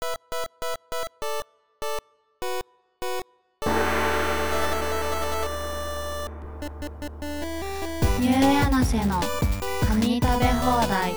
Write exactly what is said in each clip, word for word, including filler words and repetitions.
ニューヤナセのカニ食べ放題。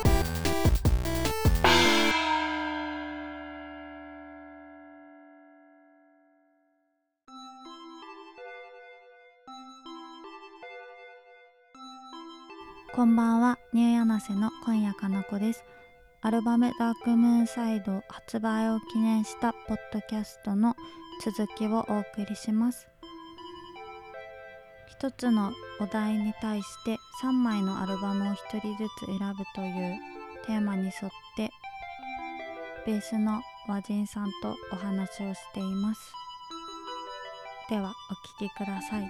こんばんは、ニューヤナセの今夜かな子です。アルバムダークムーンサイド発売を記念したポッドキャストの続きをお送りします。一つのお題に対してさんまいのアルバムを一人ずつ選ぶというテーマに沿ってベースの和人さんとお話をしています。ではお聞きください。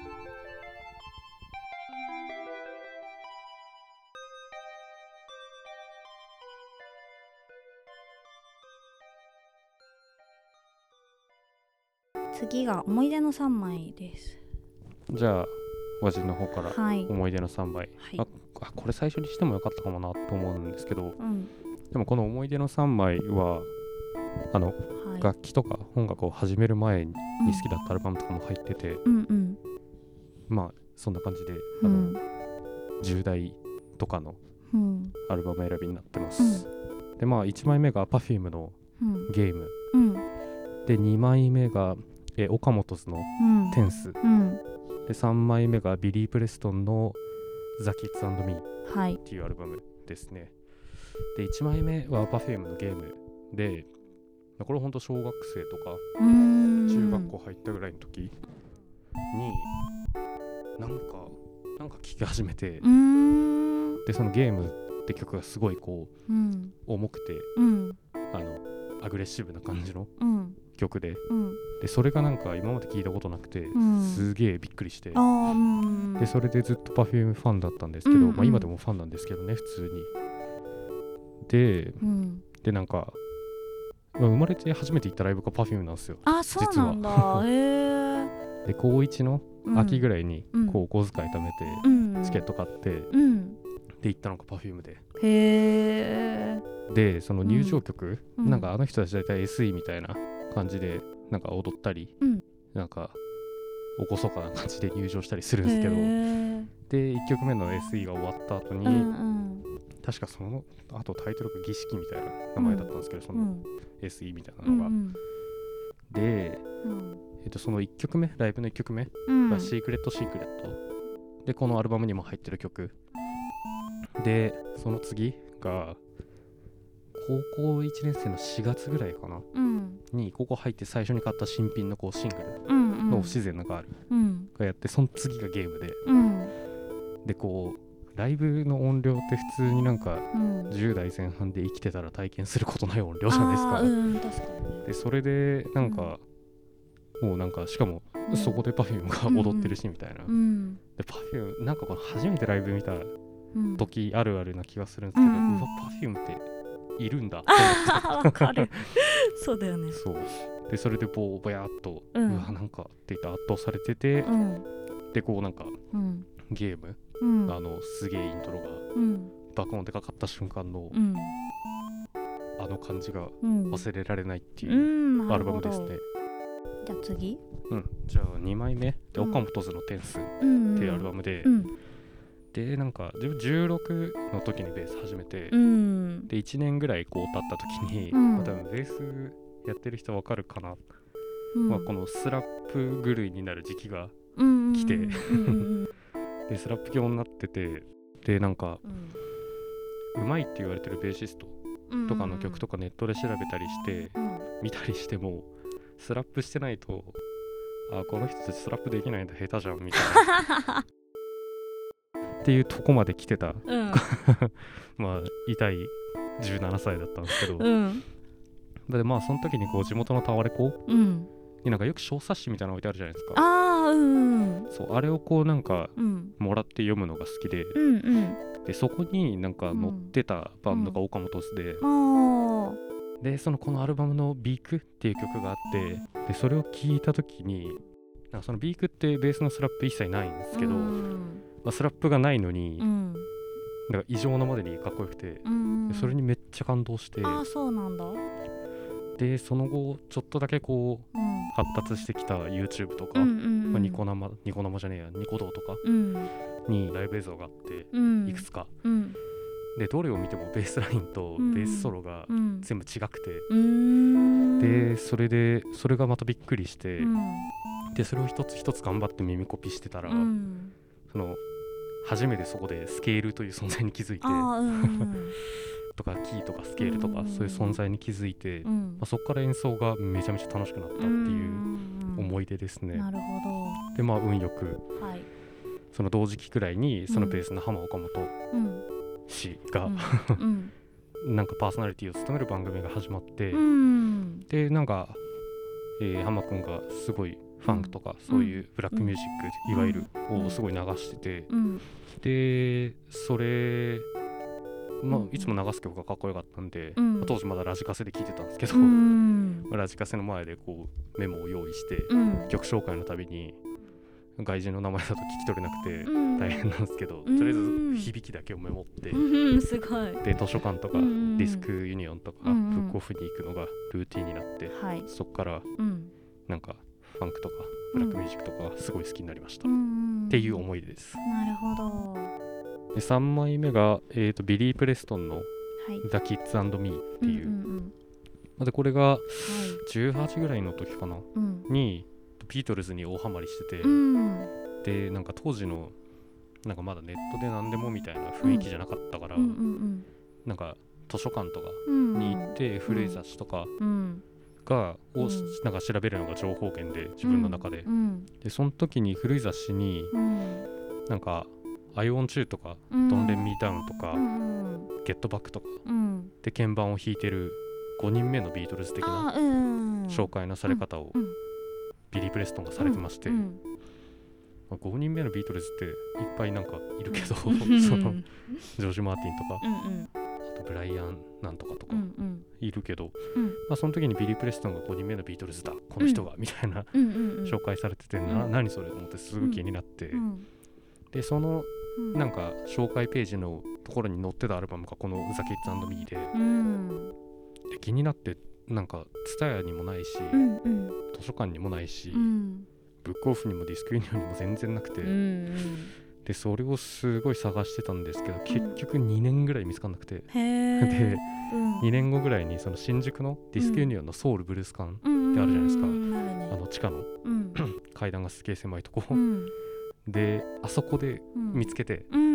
次が思い出のさんまいです。 じゃあ和人の方からはい思い出のさんまい、 はい、 ああこれ最初にしてもよかったかもなと思うんですけど、 うん、 でもこの思い出のさんまいはあの、 はい、 楽器とか音楽を始める前に好きだったアルバムとかも入ってて、 うんうん、 まあそんな感じで、 うん、 あのじゅう代とかのアルバム選びになってます、うん、でまあいちまいめが Perfume のゲーム、 うん、 でにまいめがえ岡本図のテンス、うん、でさんまいめがビリー・プレストンの The Kids and Me っていうアルバムですね、はい、でいちまいめは Perfume のゲームで、これほんと小学生とか中学校入ったぐらいの時になんかなんか聴き始めて、うーんでそのゲームって曲がすごいこう、うん、重くて、うん、あのアグレッシブな感じの曲で、うん、でそれがなんか今まで聞いたことなくて、うん、すげえびっくりして、うん、でそれでずっと Perfume ファンだったんですけど、うんうん、まあ、今でもファンなんですけどね普通にで、うん、でなんか、まあ、生まれて初めて行ったライブが Perfume なんですよ。 あ、そうなんだ。へー。 で高いちの秋ぐらいにこうお小遣い貯めてチケット買って、うん、で行ったのが Perfume で、 へー。 でその入場曲、うん、なんかあの人たち大体 エスイー みたいな感じでなんか踊ったり、うん、なんか厳かな感じで入場したりするんですけど、でいっきょくめの エスイー が終わった後に、うんうん、確かそのあとタイトルが儀式みたいな名前だったんですけど、うん、その エスイー みたいなのが、うんうん、で、うん、えっと、そのいっきょくめライブのいっきょくめがシークレットシークレットでこのアルバムにも入ってる曲で、その次が高校いちねん生のしがつぐらいかな、うん、にここ入って最初に買った新品のこうシングルの不自然なガールがやって、その次がゲームで、うん、でこうライブの音量って普通になんかじゅう代前半で生きてたら体験することない音量じゃないですか、うん、確かに。でそれでなんか、うん、もうなんかしかもそこで Perfume が踊ってるしみたいな、うん、で Perfume なんかこの初めてライブ見た時あるあるな気がするんですけど、うん、うわ Perfume っているんだって思って。わかる。 そうだよね。 そうでそれでこうぼやっと、うん、うわなんかって言って圧倒されてて、うん、でこうなんか、うん、ゲーム、うん、あのすげえイントロが、うん、バコンってかかった瞬間の、うん、あの感じが忘れられないっていうアルバムですね、うんうん、 じゃあ次、 うん、じゃあにまいめで、うん、岡本図のテンスっていうアルバムで、うんうん、でなんか自分じゅうろくの時にベース始めて、うん、でいちねんぐらいこう経った時に、うん、まあ、多分ベースやってる人わかるかな、うん、まあ、このスラップ狂いになる時期が来て、うん、でスラップ狂になってて、でなんか、うん、うまいって言われてるベーシストとかの曲とかネットで調べたりして、うん、見たりしてもスラップしてないと、あこの人たちスラップできないんだ下手じゃんみたいなっていうとこまで来てた、うん、まあ痛いじゅうななさいだったんですけど、うん、でまあその時にこう地元のタワレコ、うん、になんかよく小冊子みたいなの置いてあるじゃないですか。 あ、うん、 そうあれをこうなんかもらって読むのが好きで、うんうん、でそこになんか載ってたバンドが岡本図で、うん、でそのこのアルバムのビークっていう曲があって、でそれを聞いた時になんかそのビークってベースのスラップ一切ないんですけど、うん、まあ、スラップがないのに、うん、なんか異常なまでにかっこよくて、うん、それにめっちゃ感動して、 あ、そうなんだ。 でその後ちょっとだけこう、うん、発達してきた YouTube とか、 うんうんうんまあ、 ニコ生ニコ生じゃねえやニコ動とかにライブ映像があって、 うん、 いくつか、 うん、 でどれを見てもベースラインとベースソロが全部違くて、 うん、 でそれでそれがまたびっくりして、 うん、 でそれを一つ一つ頑張って耳コピしてたら、 うん、 その初めてそこでスケールという存在に気づいて、 うんとかキーとかスケールとかそういう存在に気づいて、 うんまあ、そこから演奏がめちゃめちゃ楽しくなったっていう思い出ですね。 なるほど。 でまあ運よく、 はい、 その同時期くらいにそのベースの浜岡本氏が、うんうん、なんかパーソナリティを務める番組が始まって、うん、でなんか、えー、浜くんがすごいファンクとか、うん、そういうブラックミュージック、うん、いわゆるをすごい流してて、うん、でそれまあ、いつも流す曲がかっこよかったんで、うんまあ、当時まだラジカセで聴いてたんですけど、うんまあ、ラジカセの前でこうメモを用意して、うん、曲紹介のたびに外人の名前だと聞き取れなくて大変なんですけど、うん、とりあえず響きだけをメモって、 うん、すごいで図書館とか、うん、ディスクユニオンとか、うん、ブックオフに行くのがルーティンになって、はい、そこから、うん、なんかファンクとかブラックミュージックとかすごい好きになりました、うん、っていう思い出です。 なるほど。 でさんまいめが、えー、とビリー・プレストンの The Kids and Me っていう、うんうんうん、でこれがじゅうはちぐらいの時かな、はい、にビートルズに大ハマりしてて、うん、でなんか当時のなんかまだネットで何でもみたいな雰囲気じゃなかったから、うんうんうん、なんか図書館とかに行って、うん、古い雑誌とかが、うん、をなんか調べるのが情報源で自分の中で、うん、でその時に古い雑誌に、うん、なんかアイオンチューとか、うん、ドンレンミーダウンとか、うん、ゲットバックとか、うん、で鍵盤を弾いてるごにんめのビートルズ的な紹介のされ方をビリー・プレストンがされてまして、うんうんまあ、ごにんめのビートルズっていっぱいなんかいるけど、うん、そのジョージ・マーティンとか、うんうん、あとブライアンなんとかとかいるけど、うんうんまあ、その時にビリー・プレストンがごにんめのビートルズだこの人が、うん、みたいな、うんうんうん、紹介されてて、うん、な何それと思ってすごい気になって、うん、でそのなんか紹介ページのところに載ってたアルバムがこの The Kids and Me で、うん、で気になってなんかTSUTAYAにもないし、うんうん、図書館にもないし、うん、ブックオフにもディスクユニオンにも全然なくて、うんうん、でそれをすごい探してたんですけど、うん、結局にねんぐらい見つかんなくて、で、うん、にねんごぐらいにその新宿のディスクユニオンのソウルブルース館ってあるじゃないですか、うん、あの地下の、うん、階段がすげえ狭いとこ、うんであそこで見つけて、うん、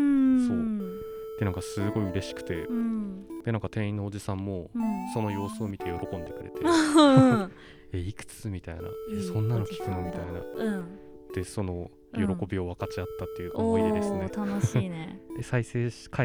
そうでなんかすごい嬉しくて、うん、でなんか店員のおじさんもその様子を見て喜んでくれて、うん、えいくつみたいなえそんなの聞くのみたいな、うん、でその喜びを分かち合ったっていう思い出ですね、 うん、楽しいねで再生し帰って、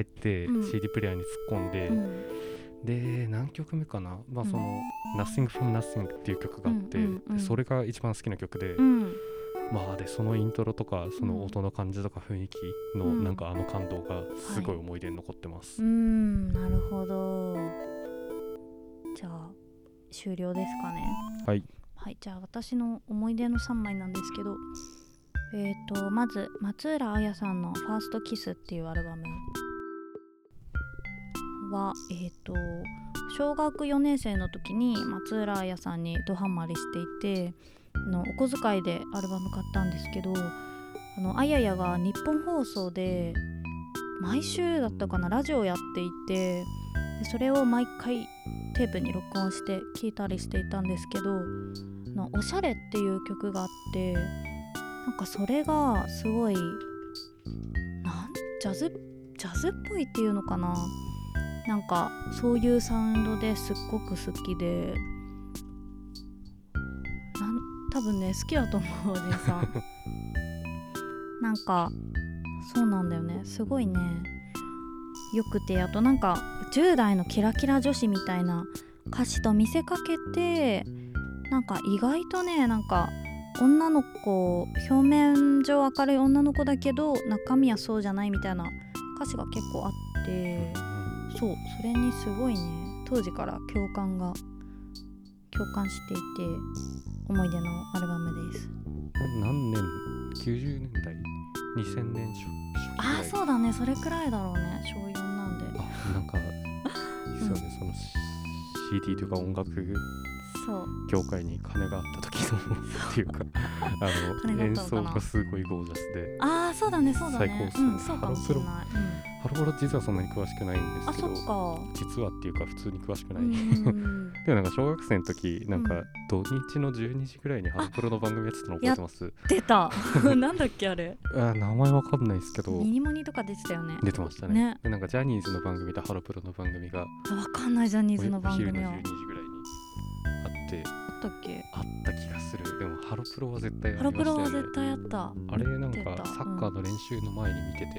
うん、シーディー プレイヤーに突っ込んで、うん、で何曲目かな、まあその、うん、Nothing from Nothing っていう曲があって、うんうんうん、でそれが一番好きな曲で、うんまあでそのイントロとかその音の感じとか雰囲気のなんかあの感動がすごい思い出に残ってます、 うん、はい、うんなるほど。じゃあ終了ですかね。 はい、 はい、じゃあ私の思い出のさんまいなんですけど、えーとまず松浦亜弥さんのファーストキスっていうアルバムはえーと小学よねん生の時に松浦亜弥さんにドハマりしていて、のお小遣いでアルバム買ったんですけど、あのあややが日本放送で毎週だったかなラジオやっていて、でそれを毎回テープに録音して聴いたりしていたんですけど、のおしゃれっていう曲があって、なんかそれがすごいなんジャズジャズっぽいっていうのかな、なんかそういうサウンドですっごく好きで、多分ね好きだと思うおじいさんなんかそうなんだよね、すごいねよくて、あとなんかじゅう代のキラキラ女子みたいな歌詞と見せかけて、なんか意外とねなんか女の子表面上明るい女の子だけど中身はそうじゃないみたいな歌詞が結構あって、そうそれにすごいね当時から共感が共感していて思い出のアルバムです。 何年きゅうじゅうねんだいにせんねん初期ぐらい。 ああそうだね、それくらいだろうね、小よんなんで。 あなんかいいですよね、うん、そのシーディー というか音楽そう業界に金があった時のっていうかあの演奏がすごいゴージャスで、 ああそうだねそうだね最高っすね、 うん、そうかもしれない、うん、 ハロプロ実はそんなに詳しくないんですけど、 あそっか実はっていうか普通に詳しくないうんでもなんか小学生の時なんか土日のじゅうにじぐらいにハロプロの番組やってたの覚えてます？ やってたなんだっけあれあ名前わかんないですけどミニモニとか出てたよね。 出てました ね, ねでなんかジャニーズの番組とハロプロの番組がわかんないジャニーズの番組はお昼のじゅうにじぐらいにあってあったっけあった気がする。でもハロプロは絶対ありましたよね。 ハロプロは絶対あった。 あれなんかサッカーの練習の前に見てて、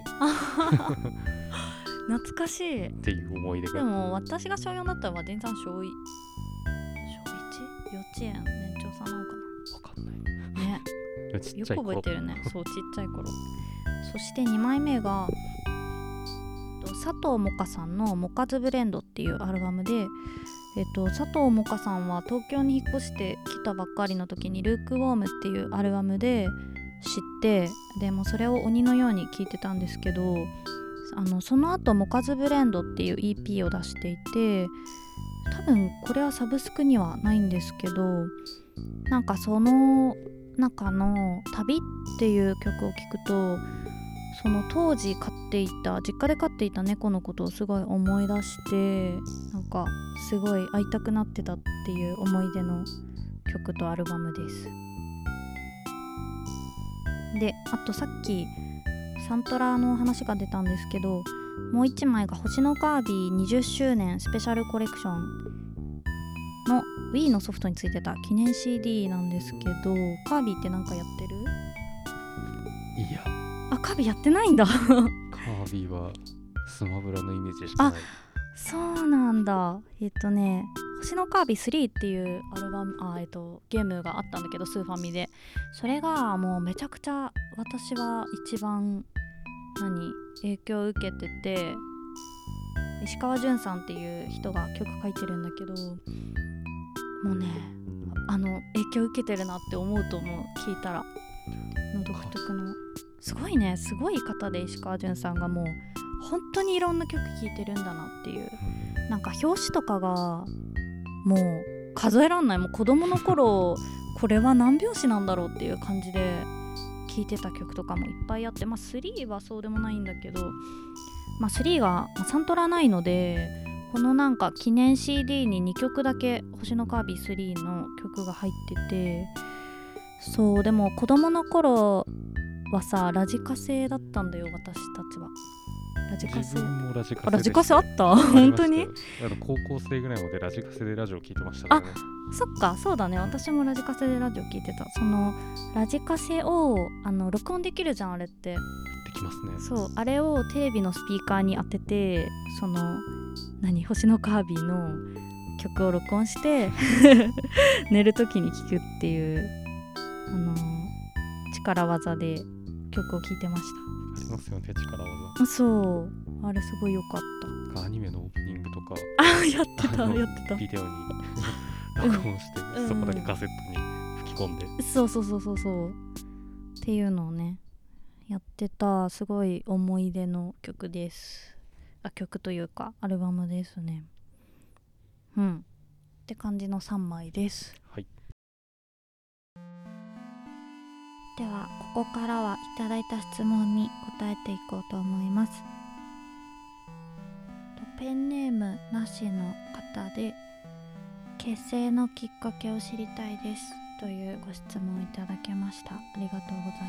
うん、懐かしいっていう思い出が。 でも私が小よんだったら和人さん小い小いち幼稚園年長さんなのかなわかんないねよく覚えてるねそうちっちゃい頃そしてにまいめが佐藤萌歌さんのモカズブレンドっていうアルバムで、えっと、佐藤萌歌さんは東京に引っ越してきたばっかりの時にルークウォームっていうアルバムで知ってでもそれを鬼のように聴いてたんですけどあのその後モカズブレンドっていう イーピー を出していて多分これはサブスクにはないんですけどなんかその中の旅っていう曲を聴くとその当時飼っていた実家で飼っていた猫のことをすごい思い出してなんかすごい会いたくなってたっていう思い出の曲とアルバムです。であとさっきサントラの話が出たんですけどもう一枚が星のカービィにじゅっしゅうねんスペシャルコレクションの Wii のソフトについてた記念 シーディー なんですけどカービィってなんかやってる？ いやあカービィやってないんだカービィはスマブラのイメージしかない。 あそうなんだえっとね星のカービィスリーっていうアルバムあ、えっと、ゲームがあったんだけどスーファミでそれがもうめちゃくちゃ私は一番何影響を受けてて石川純さんっていう人が曲書いてるんだけどもうねあの影響を受けてるなって思うと思う聞いたらの独特のすごいねすごい方で石川純さんがもう本当にいろんな曲聴いてるんだなっていうなんか表紙とかがもう数えらんないもう子供の頃これは何拍子なんだろうっていう感じで聴いてた曲とかもいっぱいあってまあスリーはそうでもないんだけどまあスリーがサントラないのでこのなんか記念 シーディー ににきょくだけ星のカービィスリーの曲が入っててそうでも子供の頃はさラジカセだったんだよ私たちはラジカセ自分もラジカセでした。 ラジカセあった本当にあの高校生ぐらいまでラジカセでラジオ聞いてましたからね。 あそっかそうだね私もラジカセでラジオ聞いてたそのラジカセをあの録音できるじゃんあれってできますね。 そうあれをテレビのスピーカーに当ててその何星のカービィの曲を録音して寝るときに聴くっていうあの力技で曲を聴いてましありますよね力技。 たそうあれすごい良かったアニメのオープニングとかあやってたやってたビデオに録音して、うん、そこだけカセットに吹き込んで、 うん、そうそうそうそうそうっていうのをねやってたすごい思い出の曲ですあ曲というかアルバムですねうんって感じのさんまいです。 はい。 ではここからはいただいた質問に答えていこうと思います。ペンネームなしの方で結成のきっかけを知りたいですというご質問をいただきました。ありがとうございます。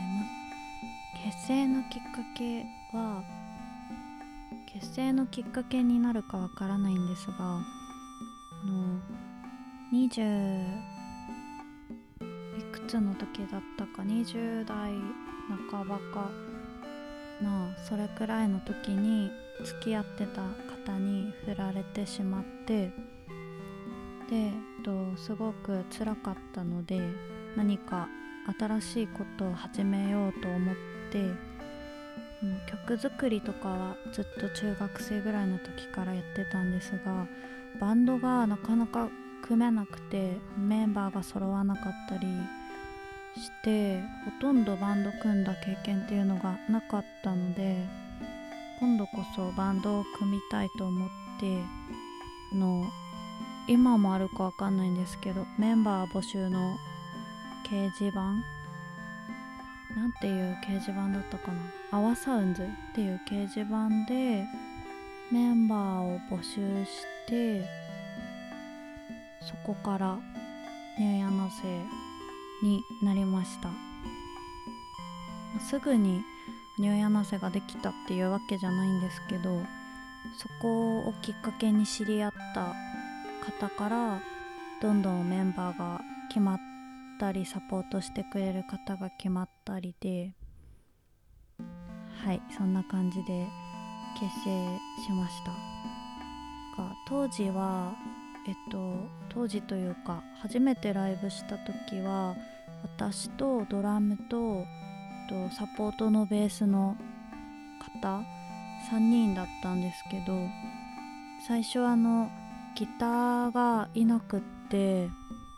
結成のきっかけは結成のきっかけになるかわからないんですがあのにじゅういくつの時だったかにじゅう代半ばかなそれくらいの時に付き合ってた方に振られてしまってで、えっと、すごく辛かったので何か新しいことを始めようと思って曲作りとかはずっと中学生ぐらいの時からやってたんですがバンドがなかなか組めなくてメンバーが揃わなかったりしてほとんどバンド組んだ経験っていうのがなかったので今度こそバンドを組みたいと思ってあの今もあるかわかんないんですけど、メンバー募集の掲示板、なんていう掲示板だったかな、アワサウンズっていう掲示板でメンバーを募集して、そこからニューヤナ生になりました。すぐにニューヤナ生ができたっていうわけじゃないんですけど、そこをきっかけに知り合った方からどんどんメンバーが決まったり、サポートしてくれる方が決まったりで、はい、そんな感じで結成しましたが、当時はえっと当時というか初めてライブした時は、私とドラムととサポートのベースの方さんにんだったんですけど、最初あのギターがいなくって、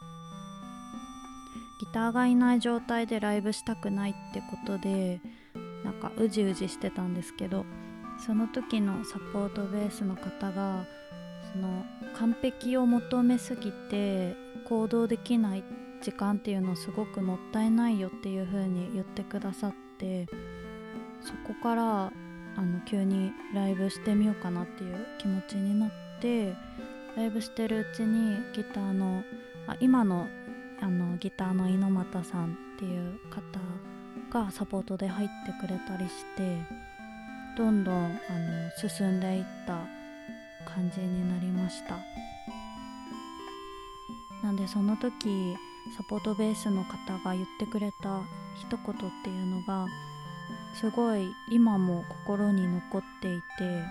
ギターがいない状態でライブしたくないってことで、なんかうじうじしてたんですけど、その時のサポートベースの方が、その完璧を求めすぎて行動できない時間っていうのをすごくもったいないよっていう風に言ってくださって、そこからあの急にライブしてみようかなっていう気持ちになって、ライブしてるうちにギターのあ今のあのギターの猪俣さんっていう方がサポートで入ってくれたりして、どんどんあの進んでいった感じになりました。なんでその時サポートベースの方が言ってくれた一言っていうのがすごい今も心に残っていて、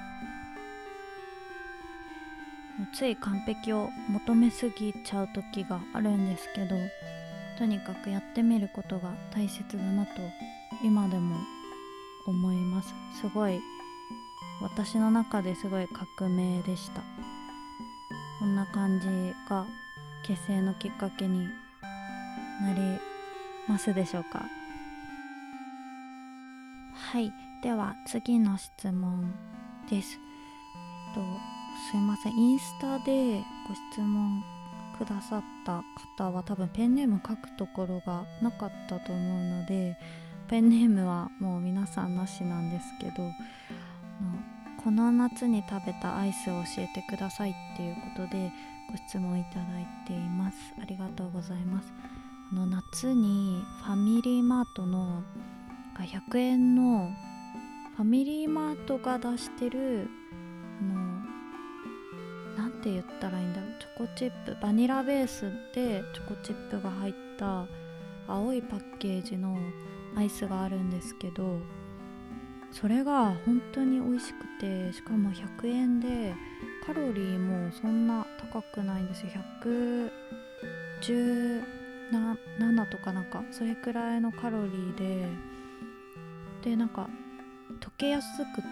つい完璧を求めすぎちゃう時があるんですけど、とにかくやってみることが大切だなと今でも思います。すごい私の中ですごい革命でした。こんな感じが結成のきっかけになりますでしょうか。はい、では次の質問です。えっとすいません、インスタでご質問くださった方は多分ペンネーム書くところがなかったと思うので、ペンネームはもう皆さんなしなんですけど、この夏に食べたアイスを教えてくださいっていうことでご質問いただいています。ありがとうございます。あの夏にファミリーマートのひゃくえんのファミリーマートが出してるあのなんて言ったらいいんだろう、チョコチップ、バニラベースでチョコチップが入った青いパッケージのアイスがあるんですけど、それが本当に美味しくて、しかもひゃくえんでカロリーもそんな高くないんですよ。ひゃくじゅうななとかなんかそれくらいのカロリーで、でなんか溶けやすくって、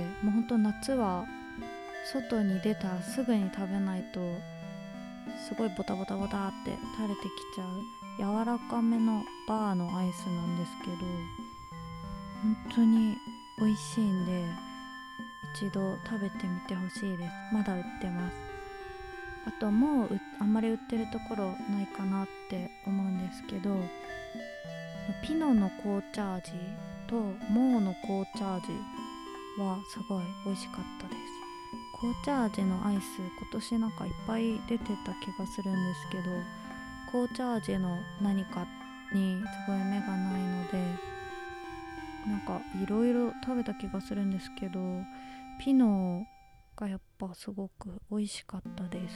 もうほんと夏は外に出たらすぐに食べないとすごいボタボタボタって垂れてきちゃう柔らかめのバーのアイスなんですけど、本当に美味しいんで一度食べてみてほしいです。まだ売ってます。あともうあんまり売ってるところないかなって思うんですけど、ピノの紅茶味とモーの紅茶味はすごい美味しかったです。紅茶味のアイス今年なんかいっぱい出てた気がするんですけど、紅茶味の何かにすごい目がないので、なんかいろいろ食べた気がするんですけど、ピノがやっぱすごく美味しかったです。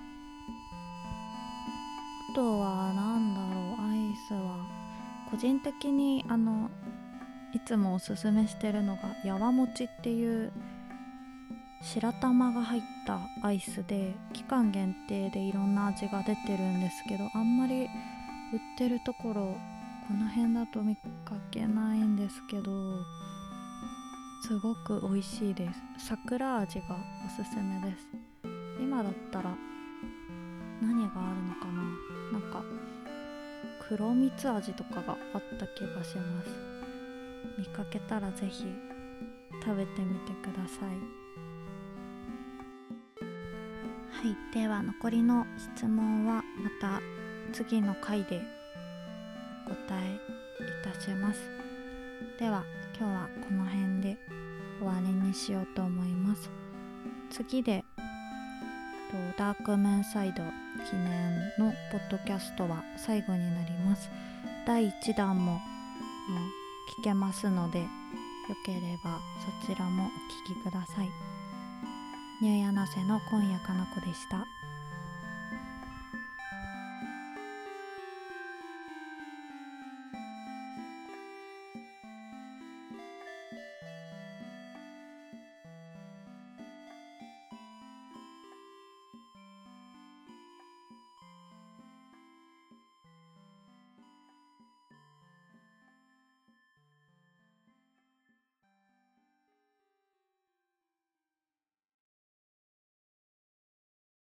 あとはなんだろう、アイスは個人的にあのいつもおすすめしてるのがやわもちっていう白玉が入ったアイスで、期間限定でいろんな味が出てるんですけど、あんまり売ってるところこの辺だと見かけないんですけど、すごく美味しいです。桜味がおすすめです。今だったら何があるのかな、なんか黒蜜味とかがあった気がします。見かけたらぜひ食べてみてください。はい、では残りの質問はまた次の回でお答えいたします。では今日はこの辺で終わりにしようと思います。次でダークメンサイド記念のポッドキャストは最後になります。だいいちだんも聞けますので、よければそちらもお聞きください。ニューヤナセの今夜かな子でした。